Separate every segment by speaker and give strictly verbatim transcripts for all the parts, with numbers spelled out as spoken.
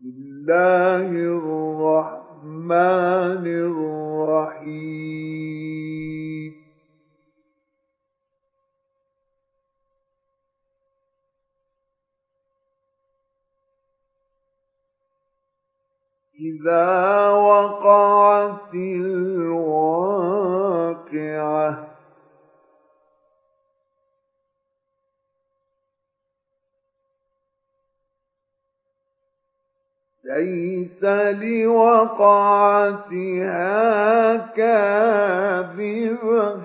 Speaker 1: الله الرحمن الرحيم إذا وقعت الواقعة ليس لوقعتها كاذبة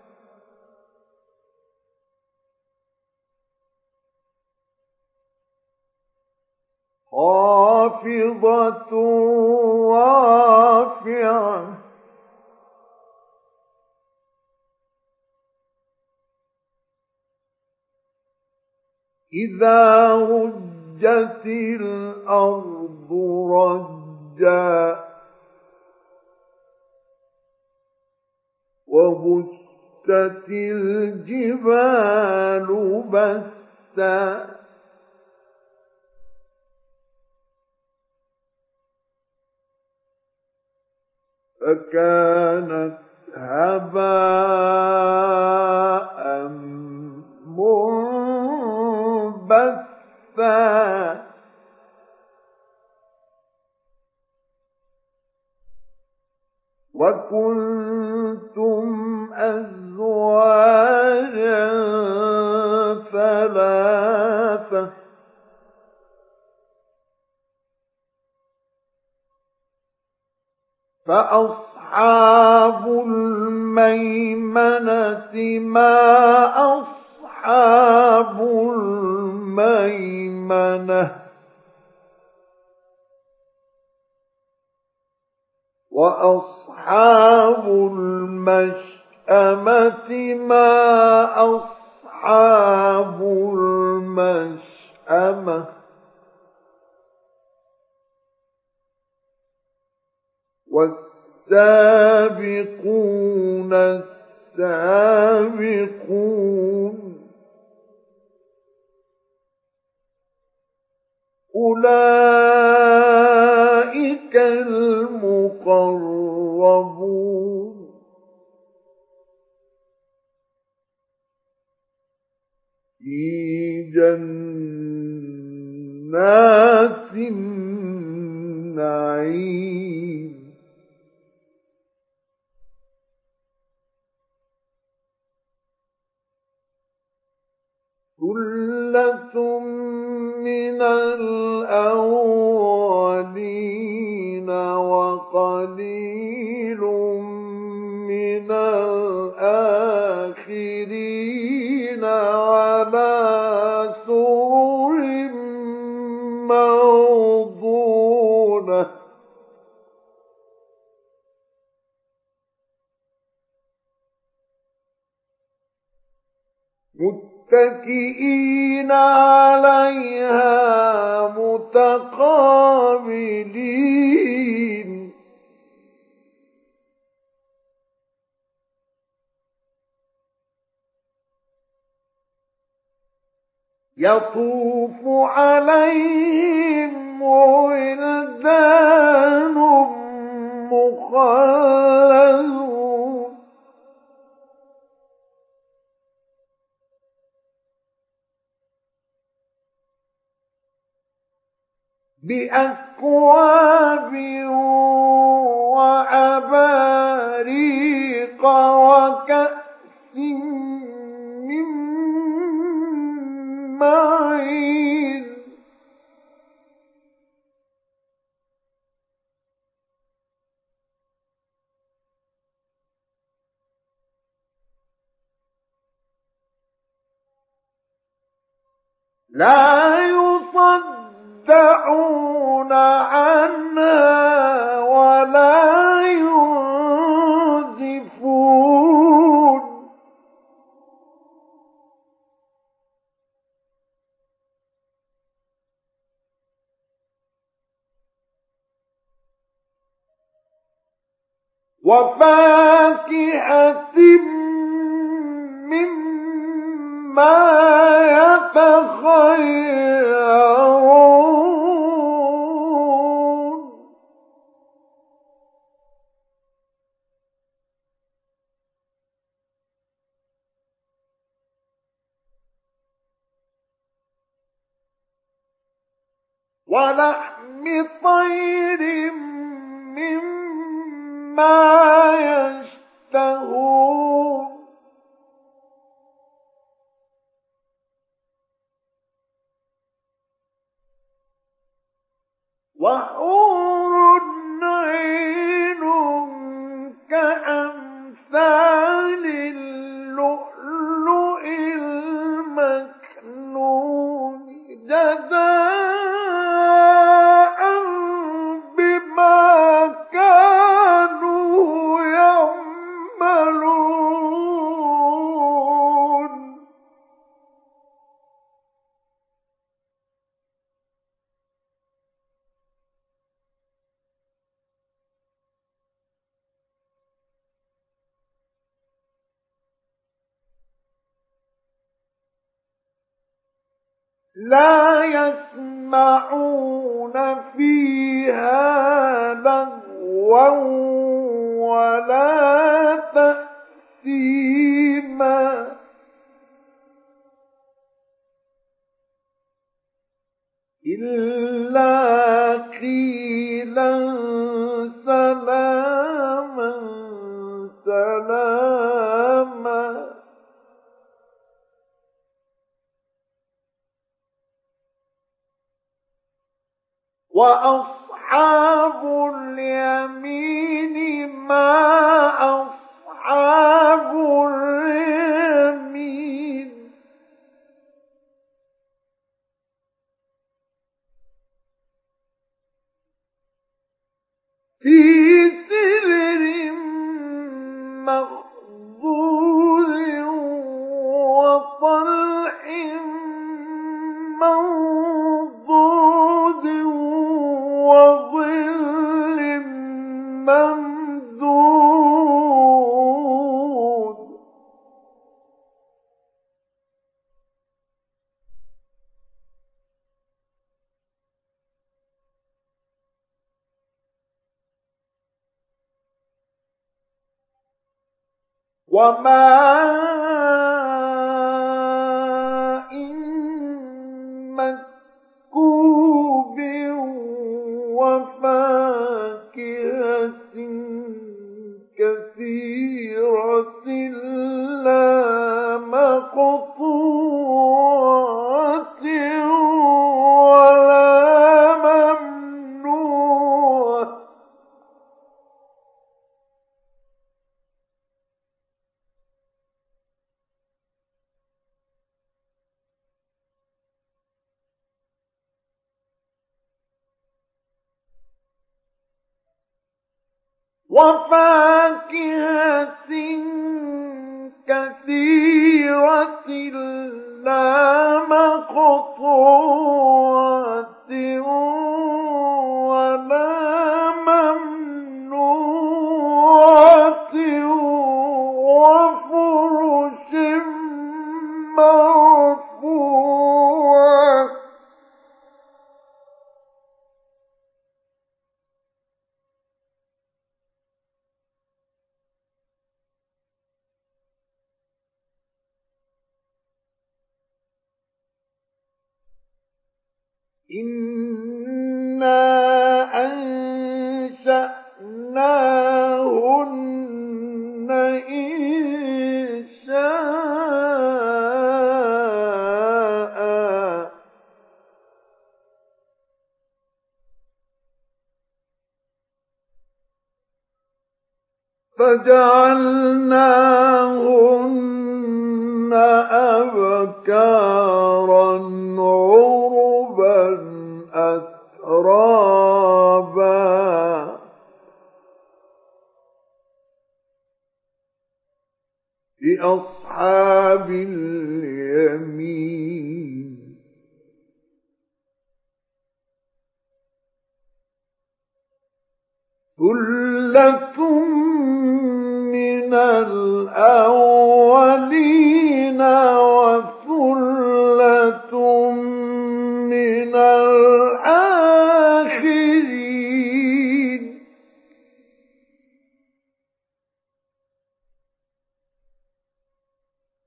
Speaker 1: خافضة رافعة إذا رجت الأرض رجا وبست الجبال بسا فكانت هباء منبثا وكنتم أزواجا ثلاثة فأصحاب الميمنة ما أصحاب الميمنة وأصحاب المشأمة ما أصحاب المشأمة والسابقون السابقون أولئك المقربون في جنات النعيم ثلة من الأولين وقليل من الآخرين على سرر موضونة متكئين عليها متقابلين يطوف عليهم ولدان مخلدون بأكواب وأباريق وكأس من معين لا يصدعون عنها ولا ينزفون وفاكهة مما يتخيرون ولحم طير مما يشتهون وحور عين كأمثال اللؤلؤ المكنون جزاء بما كانوا يعملون لا يسمعون فيها لغوا ولا تأثيما إلا قيلا سلاما سلاما وأصحاب اليمين ما أصحاب اليمين في سدر مخضود وطلح منضود وظل ممدود وماء مسكوب وفاكهة كثيرة لا مقطوعة ولا ممنوعة وفاكهة كثيرة لا مقطوعة ولا ممنوعة وفرش مرفوعة إنا أنشأناهن إنشاء فجعلناهن أبكارا عربا أترابا لأصحاب اليمين ثلة من الأولين وثلة من الآخرين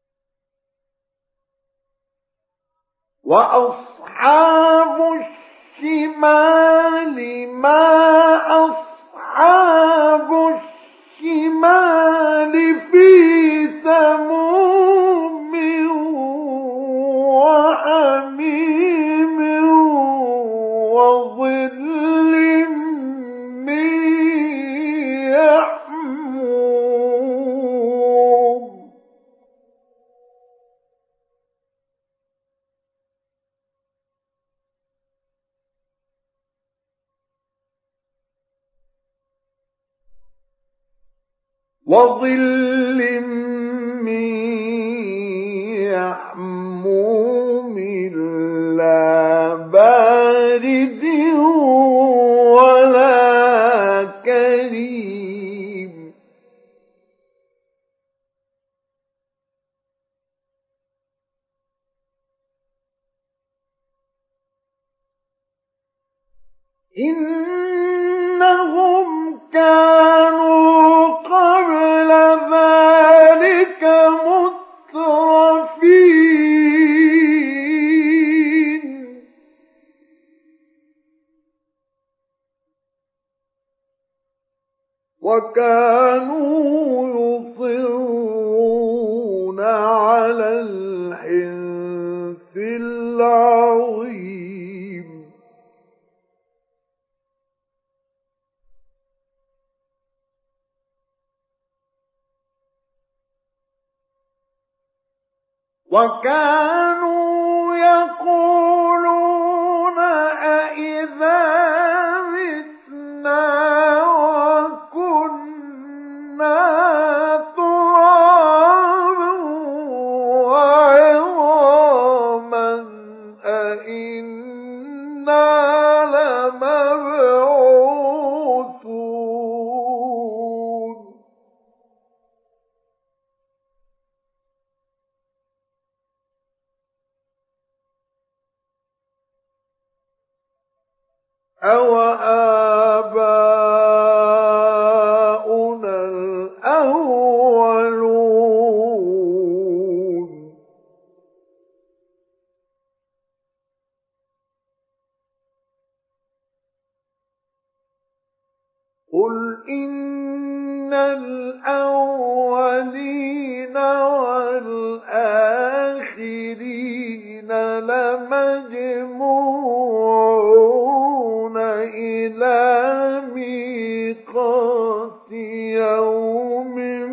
Speaker 1: وأصحاب الشمال ما أصحاب الشمال في سموم وحميم وظل من يحموم وظل من يحموم لا بارد ولا كريم إنهم كانوا قبل ذلك مترفين وكانوا يصرون على الحنث العظيم وكانوا يقولون أئذا متنا وكنا ترابا وعظاما أئنا لمبعوثون أو آباؤنا الأولون قل إن الأولين والآخرين لمجموعون إلى ميقات يوم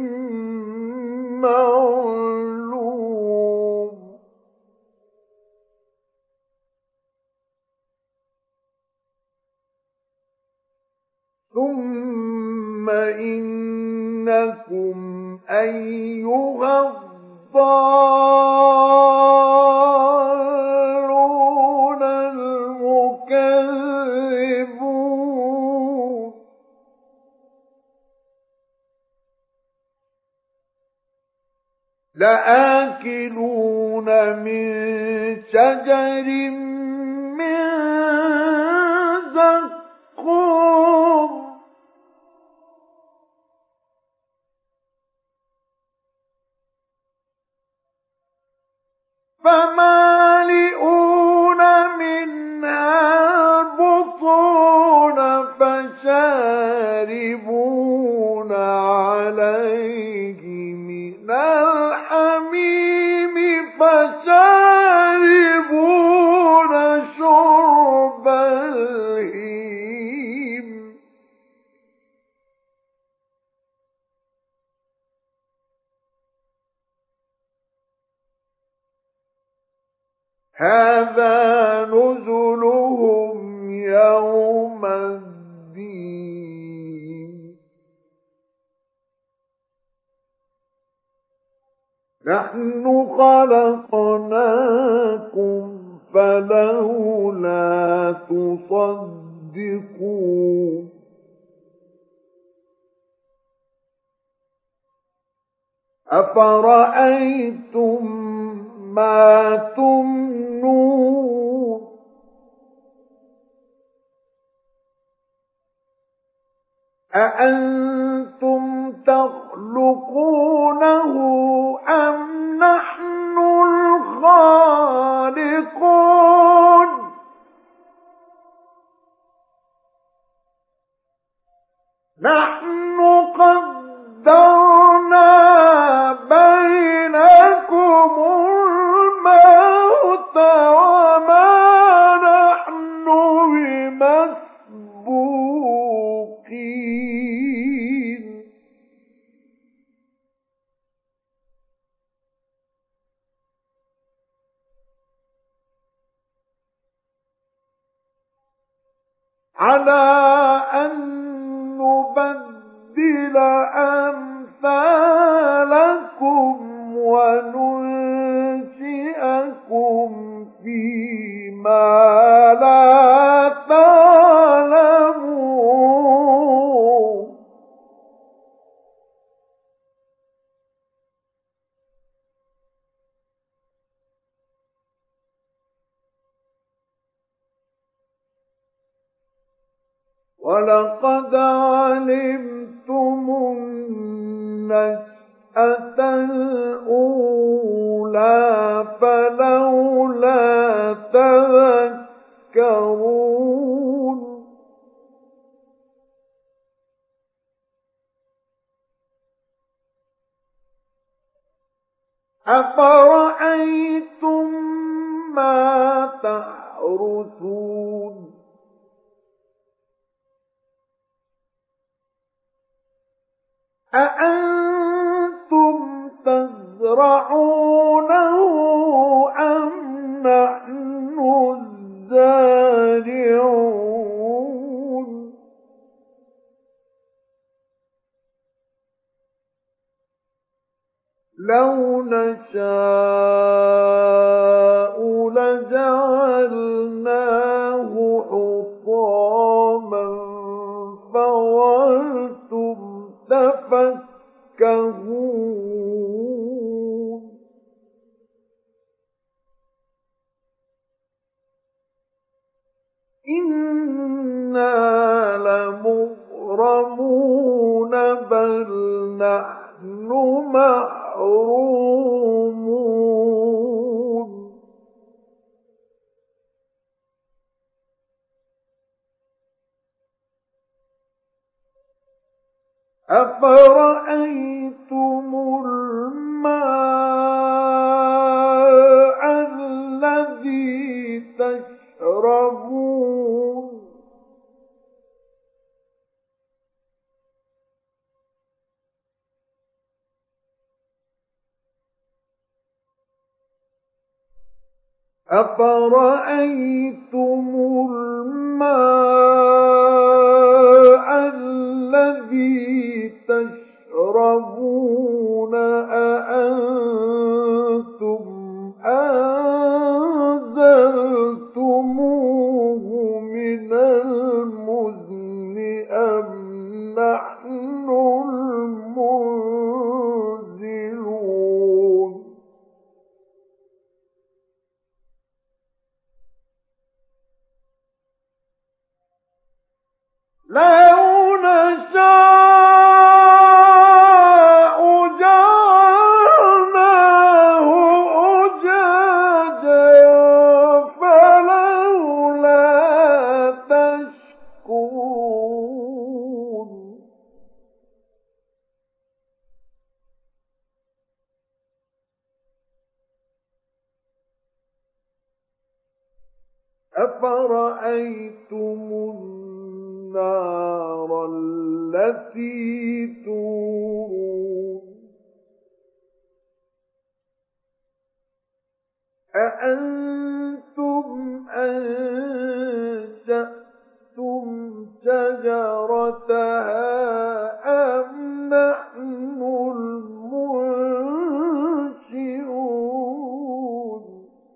Speaker 1: معلوم ثم إنكم أيها الضالون المكذبون لآكلون من شجر من زقوم فمالئون منها البطون فشاربون عليه من الحميم فشاربون شرب الهيم هذا نزلهم يوم الدين نحن خلقناكم فلولا تصدقون أفرأيتم ما تمنون أأنتم تخلقونه أم نحن الخالقون على أن نبدل أمثالكم وننشئكم فيما لا تعلمون. ولقد علمتم النشأة الأولى فلولا تذكرون. أفرأيتم ما تحرثون أأنتم تزرعونه أم نحن الزارعون لو نشاء لجعلناه حطاما فظلتم تفكهون إنا لمغرمون بل نحن محرومون. أفرأيتم الماء الذي تشربون أفرأيتم الماء الذي تشربون أأنتم أنزلتموه من المزن أم نحن المنزلون لو نشاء جعلناه أجاجا فلولا تشكرون أفرأيتم النار التي تورون أأنتم أنشأتم شجرتها أم نحن المنشئون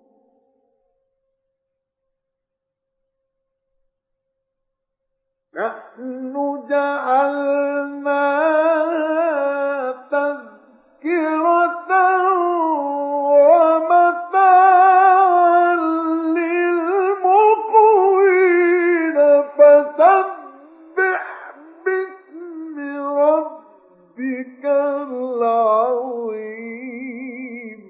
Speaker 1: نحن جعلناها تذكرة ومتاعا للمقوين فسبح باسم ربك العظيم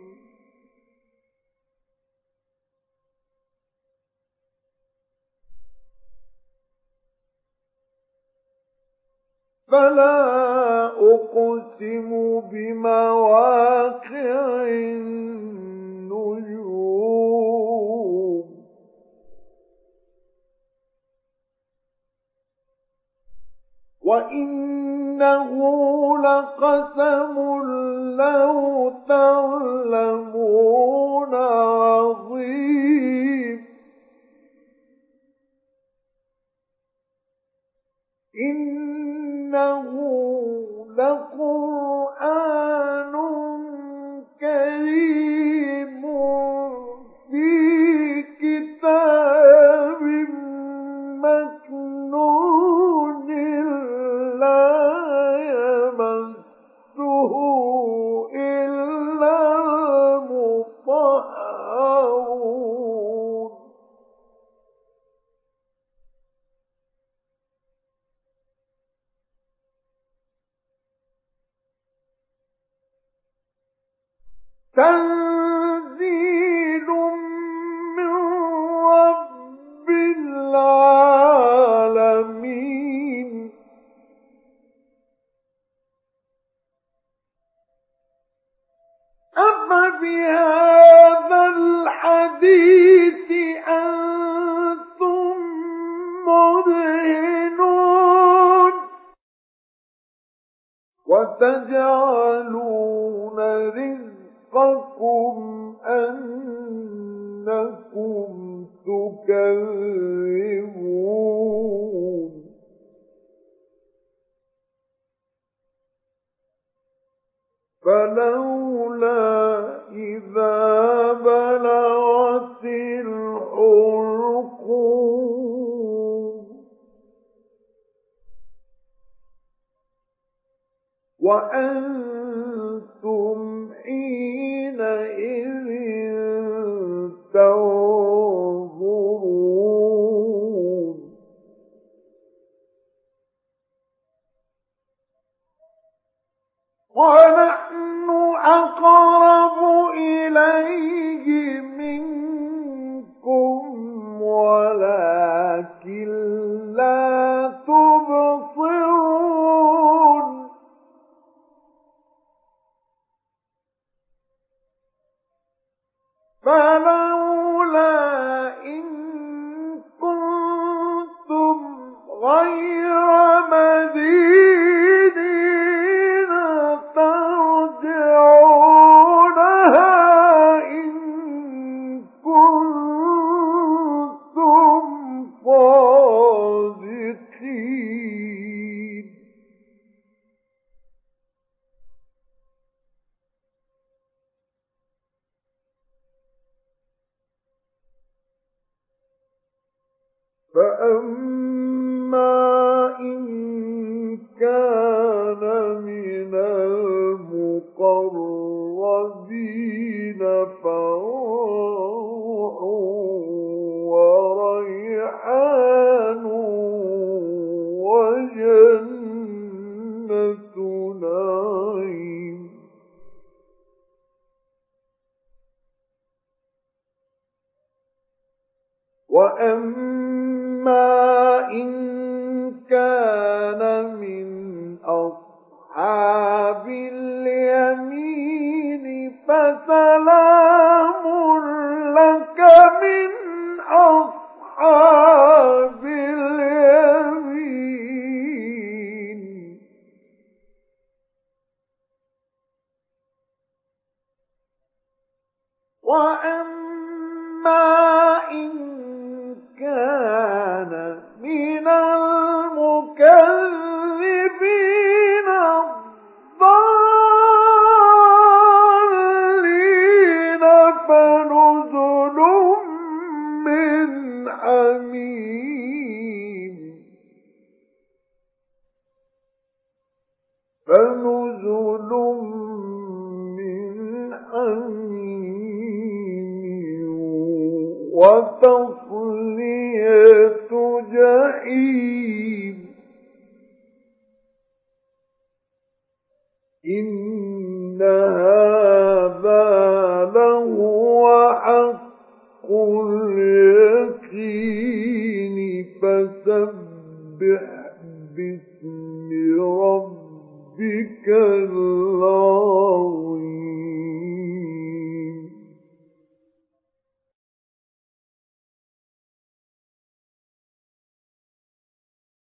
Speaker 1: فلا أقسم بمواقع النجوم وإنه لقسم لو تعلمون عظيم تنزيل من رب العالمين أفبهذا الحديث أنتم مدهنون وتجعلون رزقكم أنكم تكذبون فلولا إذا بلغت الحلقوم وأنتم حينئذ تنظرون ونحن أقرب إليه منكم ولكن لا تبصرون فلولا إن كنتم غير مدينين ترجعونها إن كنتم صادقين فأما إن كان من المقربين فروح وريحان وجنة نعيم وأما إن كان من أصحاب اليمين فسلام لك من أصحاب اليمين وأما إن كان من المكذبين الضالين فنزل من حميم فنزل من حميم وتصلية جحيم إن هذا لهو حق اليقين فسبح باسم ربك العظيم